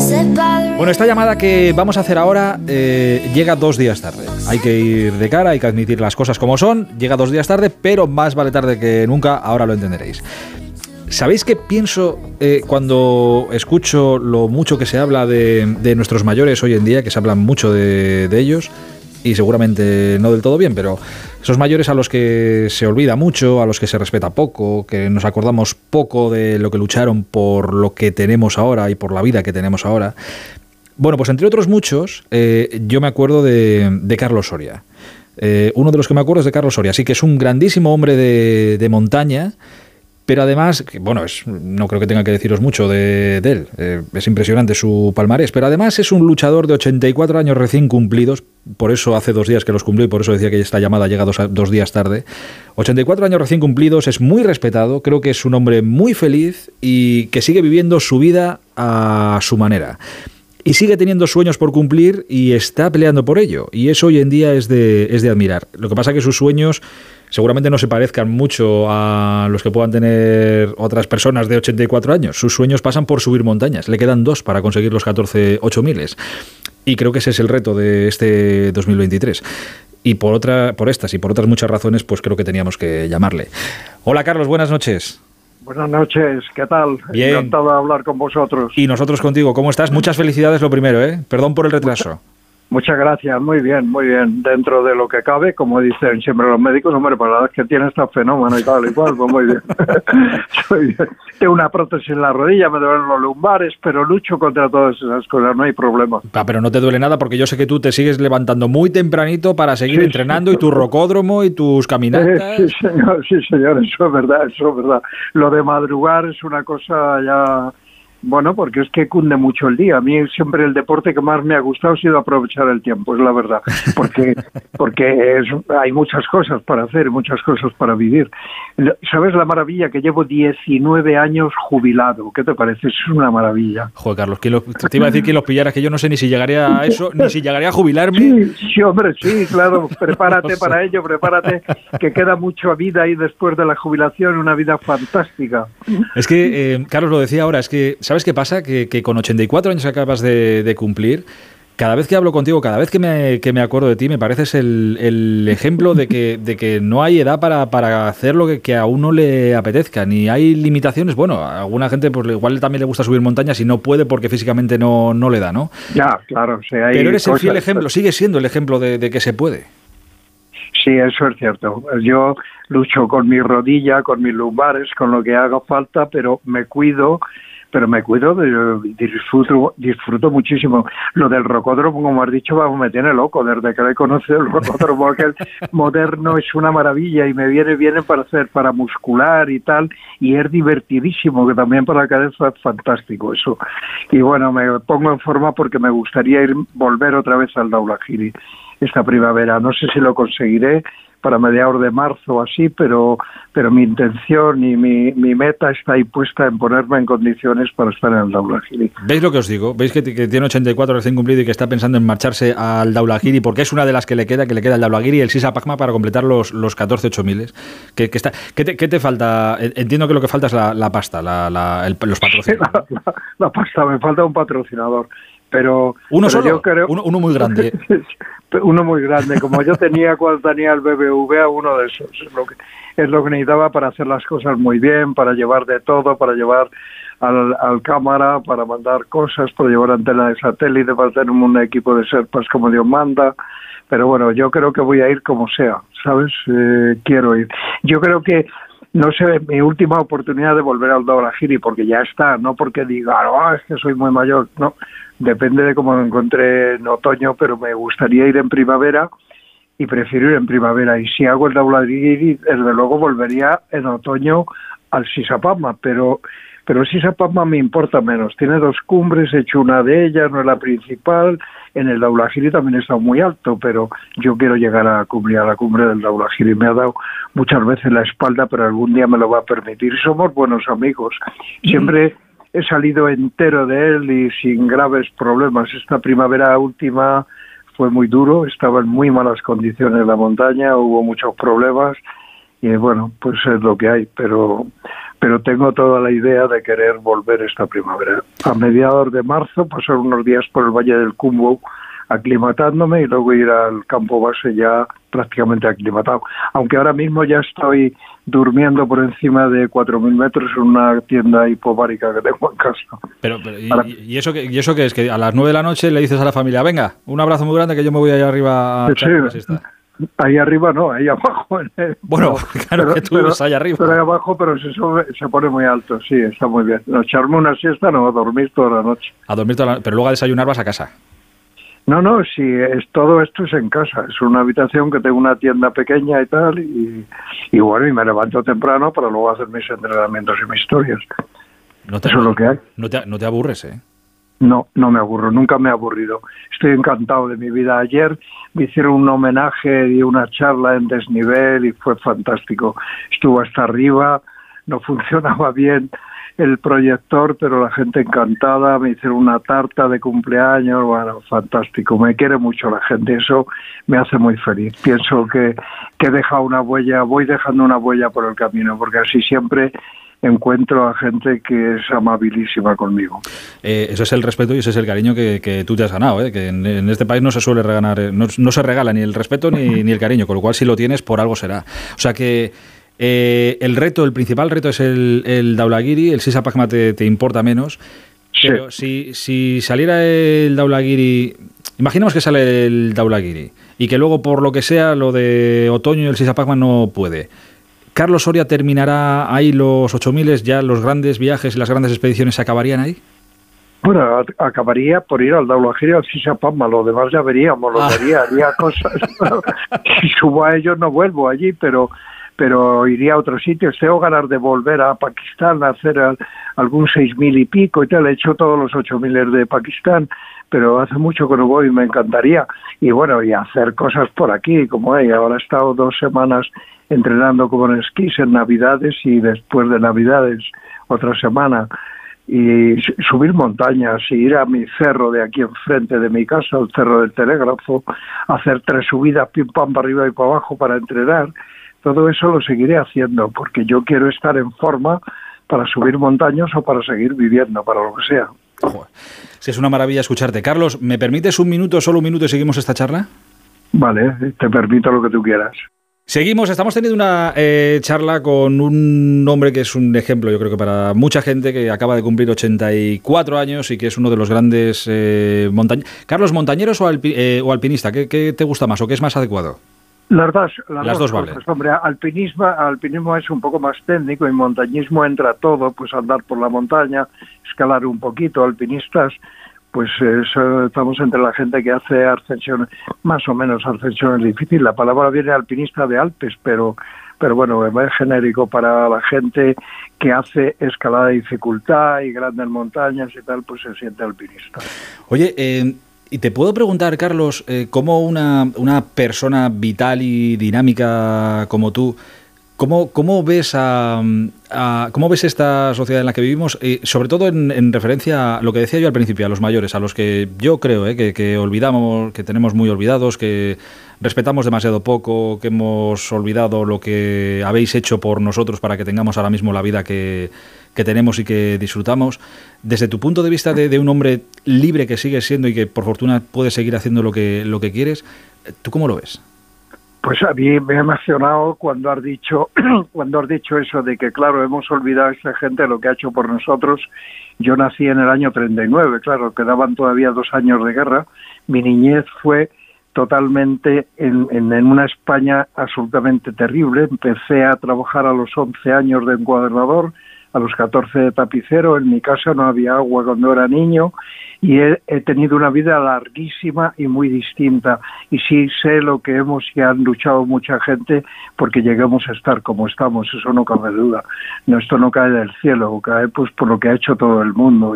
Bueno, esta llamada que vamos a hacer ahora llega 2 días tarde. Hay que ir de cara, hay que admitir las cosas como son. Llega 2 días tarde, pero más vale tarde que nunca, ahora lo entenderéis. ¿Sabéis qué pienso cuando escucho lo mucho que se habla de nuestros mayores hoy en día, que se habla mucho de ellos? Y seguramente no del todo bien, pero esos mayores a los que se olvida mucho, a los que se respeta poco, que nos acordamos poco de lo que lucharon por lo que tenemos ahora y por la vida que tenemos ahora. Bueno, pues entre otros muchos, yo me acuerdo de Carlos Soria. Uno de los que me acuerdo es de Carlos Soria, sí que es un grandísimo hombre de montaña, pero además, bueno, no creo que tenga que deciros mucho de él, es impresionante su palmarés, pero además es un luchador de 84 años recién cumplidos, por eso hace 2 días que los cumplió y por eso decía que esta llamada llega 2 días tarde. 84 años recién cumplidos, es muy respetado, creo que es un hombre muy feliz y que sigue viviendo su vida a su manera. Y sigue teniendo sueños por cumplir y está peleando por ello, y eso hoy en día es de admirar. Lo que pasa es que sus sueños seguramente no se parezcan mucho a los que puedan tener otras personas de 84 años. Sus sueños pasan por subir montañas. Le quedan 2 para conseguir los 14 8000. Y creo que ese es el reto de este 2023. Y por estas y por otras muchas razones, pues creo que teníamos que llamarle. Hola, Carlos, buenas noches. Buenas noches, ¿qué tal? Bien. Encantado de hablar con vosotros. Y nosotros contigo, ¿cómo estás? Muchas felicidades lo primero, ¿eh? Perdón por el retraso. Muchas gracias, muy bien, dentro de lo que cabe, como dicen siempre los médicos, hombre, para la edad que tiene está fenómeno y tal y cual, pues muy bien. Tengo una prótesis en la rodilla, me duelen los lumbares, pero lucho contra todas esas cosas, no hay problema. Pero no te duele nada porque yo sé que tú te sigues levantando muy tempranito para seguir entrenando, y tu rocódromo y tus caminatas. Sí, señor, eso es verdad. Lo de madrugar es una cosa ya... Bueno, porque es que cunde mucho el día. A mí siempre el deporte que más me ha gustado ha sido aprovechar el tiempo, es la verdad. Porque hay muchas cosas para hacer, muchas cosas para vivir. ¿Sabes la maravilla? Que llevo 19 años jubilado. ¿Qué te parece? Es una maravilla. Joder, Carlos, te iba a decir que los pillaras, que yo no sé ni si llegaría a eso, ni si llegaría a jubilarme. Sí, hombre, sí, claro. Prepárate para ello, prepárate, que queda mucha vida ahí después de la jubilación, una vida fantástica. Es que, Carlos lo decía ahora, es que ¿sabes qué pasa? Que con 84 años que acabas de cumplir, cada vez que hablo contigo, cada vez que me acuerdo de ti, me pareces el ejemplo de que no hay edad para hacer lo que a uno le apetezca, ni hay limitaciones. Bueno, a alguna gente pues igual también le gusta subir montañas y no puede porque físicamente no le da, ¿no? Ya, claro. Sí, hay pero eres el fiel ejemplo, sigues siendo el ejemplo de que se puede. Sí, eso es cierto. Yo lucho con mi rodilla, con mis lumbares, con lo que haga falta, pero me cuido, disfruto muchísimo. Lo del rocódromo, como has dicho, me tiene loco. Desde que le he conocido el rocódromo aquel moderno es una maravilla y me viene para muscular y tal, y es divertidísimo, que también para la cabeza es fantástico eso. Y bueno, me pongo en forma porque me gustaría volver otra vez al Daulagiri esta primavera. No sé si lo conseguiré para mediados de marzo o así, pero mi intención y mi meta está ahí puesta en ponerme en condiciones para estar en el Daulagiri. ¿Veis lo que os digo? ¿Veis que tiene 84 recién cumplido y que está pensando en marcharse al Daulagiri? Porque es una de las que le queda el Daulagiri y el Sisa Pagma para completar los 14 8000. ¿Qué te falta? Entiendo que lo que falta es la pasta, los patrocinadores. La pasta, me falta un patrocinador. Pero solo, yo creo, uno muy grande. Uno muy grande, como yo tenía cuando tenía el BBVA, uno de esos. Es lo que necesitaba para hacer las cosas muy bien, para llevar de todo, para llevar al cámara, para mandar cosas, para llevar antena de satélite, para tener un equipo de Sherpas como Dios manda. Pero bueno, yo creo que voy a ir como sea, ¿sabes? Quiero ir. Yo creo que no sé, mi última oportunidad de volver al Daulagiri, porque ya está, no porque diga, es que soy muy mayor, no. Depende de cómo me encontré en otoño, pero me gustaría ir en primavera y prefiero ir en primavera. Y si hago el Daulagiri, desde luego volvería en otoño al Sisa Pagma, pero el Sisa Pagma me importa menos. Tiene 2 cumbres, he hecho una de ellas, no es la principal. En el Daulagiri también está muy alto, pero yo quiero llegar a la cumbre del Daulagiri. Me ha dado muchas veces la espalda, pero algún día me lo va a permitir. Somos buenos amigos. Siempre he salido entero de él y sin graves problemas. Esta primavera última fue muy duro, estaba en muy malas condiciones la montaña, hubo muchos problemas y bueno, pues es lo que hay, pero pero tengo toda la idea de querer volver esta primavera. A mediados de marzo, pasar unos días por el Valle del Cumbo aclimatándome y luego ir al campo base ya prácticamente aclimatado. Aunque ahora mismo ya estoy durmiendo por encima de 4.000 metros en una tienda hipobárica que tengo en casa. Pero ¿y eso qué es? Que a las 9 de la noche le dices a la familia, venga, un abrazo muy grande que yo me voy allá arriba a echar una siesta. Ahí arriba no, ahí abajo. Bueno, claro que tú ves allá arriba. Pero ahí abajo, pero se pone muy alto, sí, está muy bien. No, echarme una siesta, no, a dormir toda la noche. A dormir toda la... Pero luego a desayunar vas a casa. No, sí, todo esto es en casa. Es una habitación que tengo una tienda pequeña y tal, y bueno, y me levanto temprano para luego hacer mis entrenamientos y mis historias. Eso es lo que hay. No te aburres, ¿eh? No me aburro, nunca me he aburrido. Estoy encantado de mi vida. Ayer me hicieron un homenaje y una charla en desnivel y fue fantástico. Estuvo hasta arriba, no funcionaba bien el proyector, pero la gente encantada, me hicieron una tarta de cumpleaños, bueno, fantástico. Me quiere mucho la gente, eso me hace muy feliz. Pienso que he dejado una huella, voy dejando una huella por el camino, porque así siempre encuentro a gente que es amabilísima conmigo. Eso es el respeto y ese es el cariño que tú te has ganado, que en este país no se suele regalar, no se regala ni el respeto ni el cariño, con lo cual si lo tienes por algo será. O sea que el principal reto es el Dhaulagiri, el Sisa Pagma te importa menos, sí. Pero si saliera el Dhaulagiri, imaginemos que sale el Dhaulagiri y que luego por lo que sea lo de otoño y el Sisa Pagma no puede. ¿Carlos Soria terminará ahí los 8.000, ya los grandes viajes y las grandes expediciones se acabarían ahí? Bueno, acabaría por ir al Dhaulagiri, al Sisa Pagma, lo demás ya veríamos, haría cosas. Si subo a ellos no vuelvo allí, pero iría a otro sitio. Tengo ganas de volver a Pakistán a hacer algún 6.000 y pico y tal. He hecho todos los 8.000 de Pakistán, pero hace mucho que no voy y me encantaría. Y bueno, y hacer cosas por aquí, como ahora he estado 2 semanas entrenando como en esquís en Navidades y después de Navidades otra semana. Y subir montañas y ir a mi cerro de aquí enfrente de mi casa, el Cerro del Telégrafo, hacer 3 subidas, pim pam, para arriba y para abajo para entrenar. Todo eso lo seguiré haciendo porque yo quiero estar en forma para subir montañas o para seguir viviendo, para lo que sea. Sí, es una maravilla escucharte. Carlos, ¿me permites un minuto, solo un minuto y seguimos esta charla? Vale, te permito lo que tú quieras. Seguimos, estamos teniendo una charla con un hombre que es un ejemplo, yo creo que para mucha gente, que acaba de cumplir 84 años y que es uno de los grandes montañeros. Carlos, ¿montañeros o alpinista? ¿Qué te gusta más o qué es más adecuado? Las dos cosas, vale. Pues, hombre, alpinismo es un poco más técnico y montañismo entra todo, pues andar por la montaña, escalar un poquito. Alpinistas, pues estamos entre la gente que hace ascensiones, más o menos ascensiones difíciles. La palabra viene alpinista de Alpes, pero bueno, es genérico para la gente que hace escalada de dificultad y grandes montañas y tal, pues se siente alpinista. Oye, y te puedo preguntar, Carlos, cómo una persona vital y dinámica como tú, ¿cómo ves cómo ves esta sociedad en la que vivimos? Sobre todo en referencia a lo que decía yo al principio, a los mayores, a los que yo creo que olvidamos, que tenemos muy olvidados, que respetamos demasiado poco, que hemos olvidado lo que habéis hecho por nosotros para que tengamos ahora mismo la vida que tenemos y que disfrutamos. Desde tu punto de vista de un hombre libre que sigues siendo y que por fortuna puedes seguir haciendo lo que quieres, ¿tú cómo lo ves? Pues a mí me ha emocionado cuando has dicho eso de que, claro, hemos olvidado a esta gente lo que ha hecho por nosotros. Yo nací en el año 39, claro, quedaban todavía 2 años de guerra. Mi niñez fue totalmente en una España absolutamente terrible. Empecé a trabajar a los 11 años de encuadernador, a los 14 de tapicero. En mi casa no había agua cuando era niño y he tenido una vida larguísima y muy distinta. Y sí sé lo que hemos y han luchado mucha gente porque lleguemos a estar como estamos, eso no cabe duda. No, esto no cae del cielo, cae pues por lo que ha hecho todo el mundo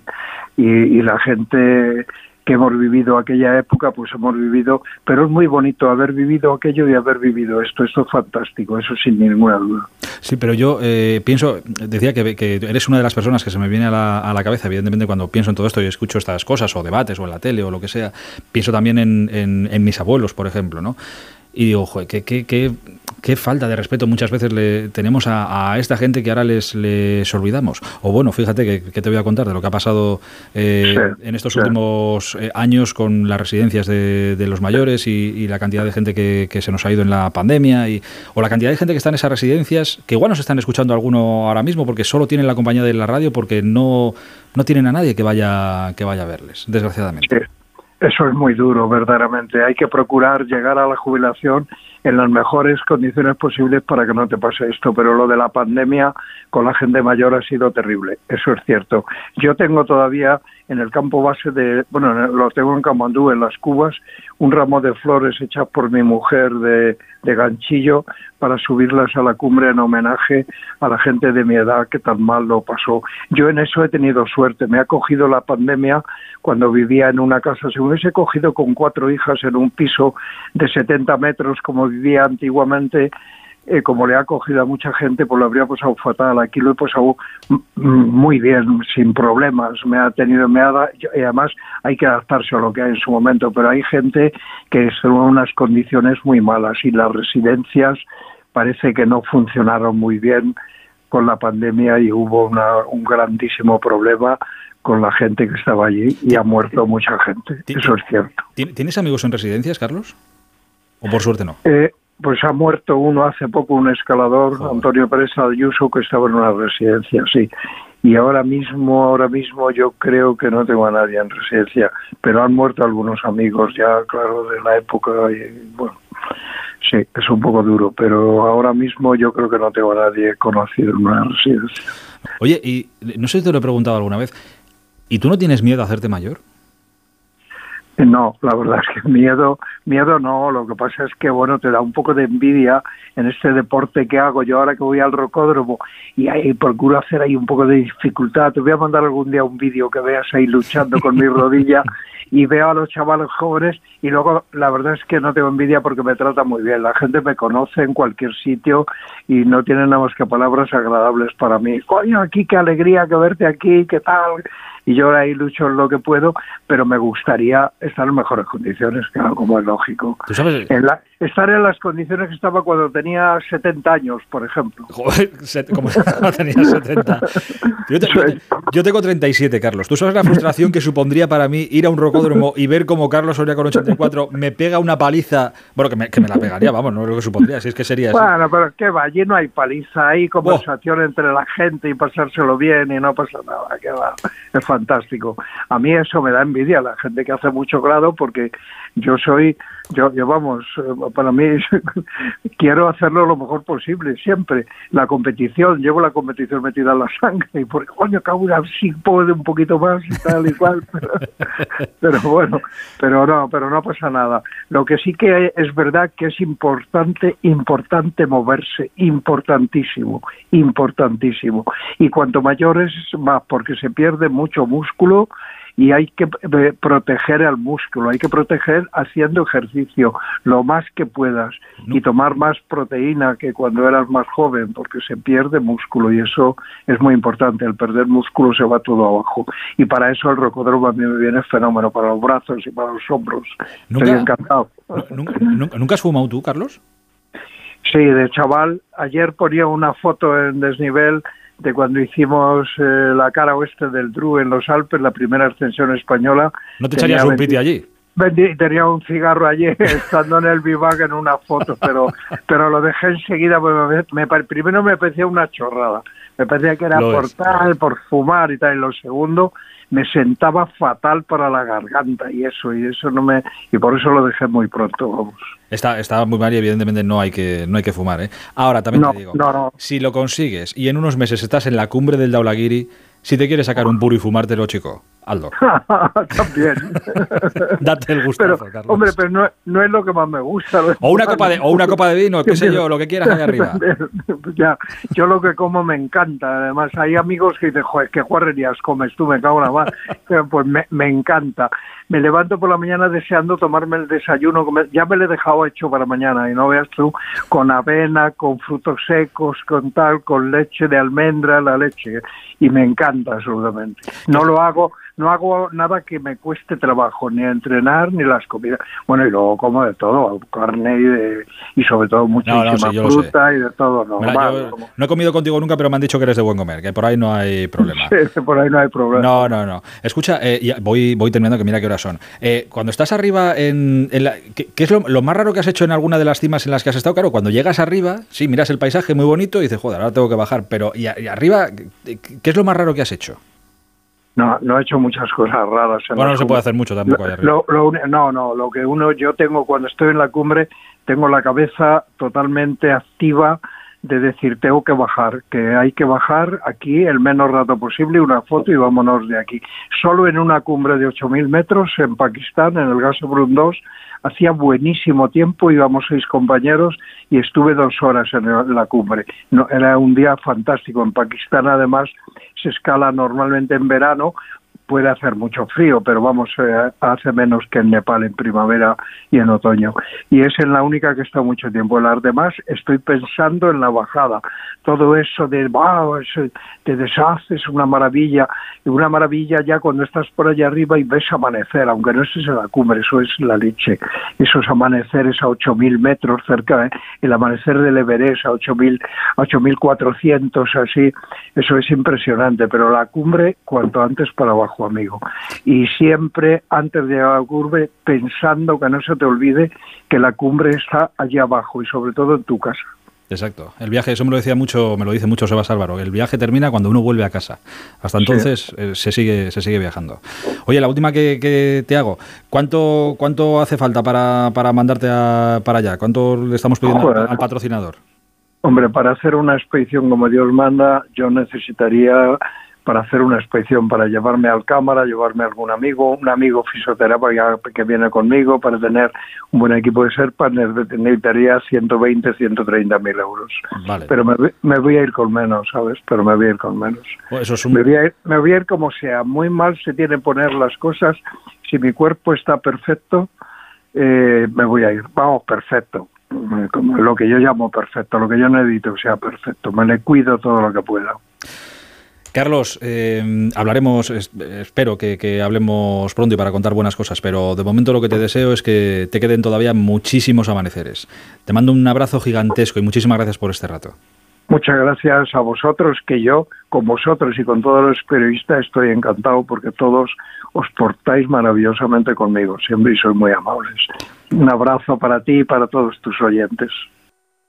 y la gente que hemos vivido aquella época, pues hemos vivido, pero es muy bonito haber vivido aquello y haber vivido esto es fantástico, eso sin ninguna duda. Sí, pero yo pienso, decía que eres una de las personas que se me viene a la cabeza, evidentemente cuando pienso en todo esto y escucho estas cosas, o debates, o en la tele, o lo que sea, pienso también en mis abuelos, por ejemplo, ¿no? y digo, joder, qué falta de respeto muchas veces le tenemos a esta gente que ahora les olvidamos. O bueno, fíjate que te voy a contar de lo que ha pasado en estos últimos años con las residencias de los mayores y la cantidad de gente que se nos ha ido en la pandemia o la cantidad de gente que está en esas residencias, que igual nos están escuchando alguno ahora mismo porque solo tienen la compañía de la radio porque no tienen a nadie que vaya a verles, desgraciadamente. Sí. Eso es muy duro, verdaderamente. Hay que procurar llegar a la jubilación en las mejores condiciones posibles para que no te pase esto, pero lo de la pandemia con la gente mayor ha sido terrible, eso es cierto. Yo tengo todavía en el campo base lo tengo en Kamandú, en Las Cubas, un ramo de flores hechas por mi mujer de ganchillo para subirlas a la cumbre en homenaje a la gente de mi edad que tan mal lo pasó. Yo en eso he tenido suerte, me ha cogido la pandemia cuando vivía en una casa, si me hubiese cogido con 4 hijas en un piso de 70 metros como vivía antiguamente, como le ha cogido a mucha gente, pues lo habría pasado fatal. Aquí lo he pasado muy bien, sin problemas. Y además hay que adaptarse a lo que hay en su momento, pero hay gente que están en unas condiciones muy malas y las residencias parece que no funcionaron muy bien con la pandemia y hubo un grandísimo problema con la gente que estaba allí y ha muerto mucha gente. Eso es cierto. ¿Tienes amigos en residencias, Carlos? ¿O por suerte no? Pues ha muerto uno hace poco, un escalador, Antonio Pérez Ayuso, que estaba en una residencia, sí. Y ahora mismo yo creo que no tengo a nadie en residencia, pero han muerto algunos amigos ya, claro, de la época. Y, bueno, sí, es un poco duro, pero ahora mismo yo creo que no tengo a nadie conocido en una residencia. Oye, y no sé si te lo he preguntado alguna vez, ¿y tú no tienes miedo a hacerte mayor? No, la verdad es que miedo no, lo que pasa es que, bueno, te da un poco de envidia en este deporte que hago yo ahora que voy al rocódromo y ahí procuro hacer ahí un poco de dificultad. Te voy a mandar algún día un vídeo que veas ahí luchando con mi rodilla y veo a los chavales jóvenes y luego la verdad es que no tengo envidia porque me trata muy bien. La gente me conoce en cualquier sitio y no tienen nada más que palabras agradables para mí. Coño, aquí qué alegría que verte aquí, qué tal. Y yo ahí lucho en lo que puedo, pero me gustaría estar en mejores condiciones, claro, como es lógico. ¿Tú sabes? Estar en las condiciones que estaba cuando tenía 70 años, por ejemplo. Joder, como tenía 70. Yo tengo 37, Carlos. ¿Tú sabes la frustración que supondría para mí ir a un rocódromo y ver cómo Carlos Soria con 84 me pega una paliza? Bueno, que me la pegaría, vamos, no es lo que supondría, si es que sería así. Bueno, pero ¿qué va? Allí no hay paliza, hay conversación entre la gente y pasárselo bien y no pasa nada, ¿qué va? Es fantástico. A mí eso me da envidia, la gente que hace mucho grado, porque yo vamos, para mí quiero hacerlo lo mejor posible, siempre. La competición, llevo la competición metida en la sangre y por coño, cabrón, si puedo un poquito más y tal y cual, pero bueno, pero no pasa nada. Lo que sí que es verdad que es importante moverse, importantísimo. Y cuanto mayores más, porque se pierde mucho músculo y hay que proteger al músculo, hay que proteger haciendo ejercicio lo más que puedas y tomar más proteína que cuando eras más joven, porque se pierde músculo y eso es muy importante. Al perder músculo se va todo abajo y para eso el rocódromo a mí me viene fenómeno, para los brazos y para los hombros. Estoy encantado. ¿Nunca has fumado tú, Carlos? Sí, de chaval. Ayer ponía una foto en Desnivel de cuando hicimos la cara oeste del Dru en los Alpes, la primera ascensión española. ¿No te echarías un piti allí? Tenía un cigarro allí, estando en el bivac en una foto, pero lo dejé enseguida, porque primero me parecía una chorrada, me parecía que era por fumar y tal, y lo segundo, me sentaba fatal para la garganta y por eso lo dejé muy pronto, vamos. Está muy mal y evidentemente no hay que fumar, ¿eh? Ahora también te digo, si lo consigues y en unos meses estás en la cumbre del Daulagiri, si te quieres sacar un puro y fumártelo, chico, hazlo. También. Date el gustazo, Carlos. Hombre, pero no es lo que más me gusta. O una copa de vino, qué sé yo, lo que quieras allá arriba. Ya, yo lo que como me encanta. Además, hay amigos que dicen, joder, qué guarrerías comes tú, me cago en la mar. Pues me encanta. Me levanto por la mañana deseando tomarme el desayuno. Ya me lo he dejado hecho para mañana y no veas tú, con avena, con frutos secos, con leche de almendra, la leche. Y me encanta absolutamente. No lo hago no hago nada que me cueste trabajo, ni entrenar ni las comidas. Bueno, y luego como de todo, carne y sobre todo muchísima fruta y de todo normal. Yo no he comido contigo nunca, pero me han dicho que eres de buen comer, que por ahí no hay problema. Sí, por ahí no hay problema. No. Escucha, voy terminando, que mira qué horas son. Cuando estás arriba, ¿qué es lo más raro que has hecho en alguna de las cimas en las que has estado? Claro, cuando llegas arriba, sí, miras el paisaje muy bonito y dices, joder, ahora tengo que bajar. Pero, ¿y arriba, qué es lo más raro que has hecho? No he hecho muchas cosas raras. Bueno, no se puede hacer mucho tampoco allá arriba. Lo que yo tengo cuando estoy en la cumbre, tengo la cabeza totalmente activa de decir, tengo que bajar, que hay que bajar aquí el menos rato posible, una foto y vámonos de aquí. Solo en una cumbre de 8.000 metros en Pakistán, en el Gasherbrum 2, hacía buenísimo tiempo, íbamos 6 compañeros y estuve 2 horas en la cumbre. Era un día fantástico. En Pakistán, además, se escala normalmente en verano. Puede hacer mucho frío, pero vamos, hace menos que en Nepal en primavera y en otoño. Y es en la única que he estado mucho tiempo. En las demás estoy pensando en la bajada. Todo eso de, wow, te deshaces, una maravilla. Y una maravilla ya cuando estás por allá arriba y ves amanecer, aunque no estés en la cumbre, eso es la leche. Esos amaneceres a 8.000 metros cerca, el amanecer del Everest a 8.400, así, eso es impresionante. Pero la cumbre, cuanto antes para abajo, amigo. Y siempre antes de llegar a la cumbre pensando que no se te olvide que la cumbre está allá abajo y sobre todo en tu casa. Exacto. El viaje, eso me lo dice mucho Sebas Álvaro. El viaje termina cuando uno vuelve a casa. Hasta entonces se sigue viajando. Oye, la última que te hago. ¿Cuánto hace falta para mandarte para allá? ¿Cuánto le estamos pidiendo al patrocinador? Hombre, para hacer una expedición como Dios manda, yo necesitaría, para hacer una expedición, para llevarme al cámara, llevarme a un amigo fisioterapeuta que viene conmigo, para tener un buen equipo de Sherpas, necesitaría 120, 130 mil euros. Vale. Pero me voy a ir con menos, ¿sabes? Pues eso es me voy a ir como sea. Muy mal se tienen que poner las cosas. Si mi cuerpo está perfecto, me voy a ir. Vamos, perfecto. Como lo que yo llamo perfecto, lo que yo necesito que sea perfecto. Me le cuido todo lo que pueda. Carlos, hablaremos, espero que hablemos pronto y para contar buenas cosas, pero de momento lo que te deseo es que te queden todavía muchísimos amaneceres. Te mando un abrazo gigantesco y muchísimas gracias por este rato. Muchas gracias a vosotros, que yo, con vosotros y con todos los periodistas, estoy encantado porque todos os portáis maravillosamente conmigo, siempre, y sois muy amables. Un abrazo para ti y para todos tus oyentes.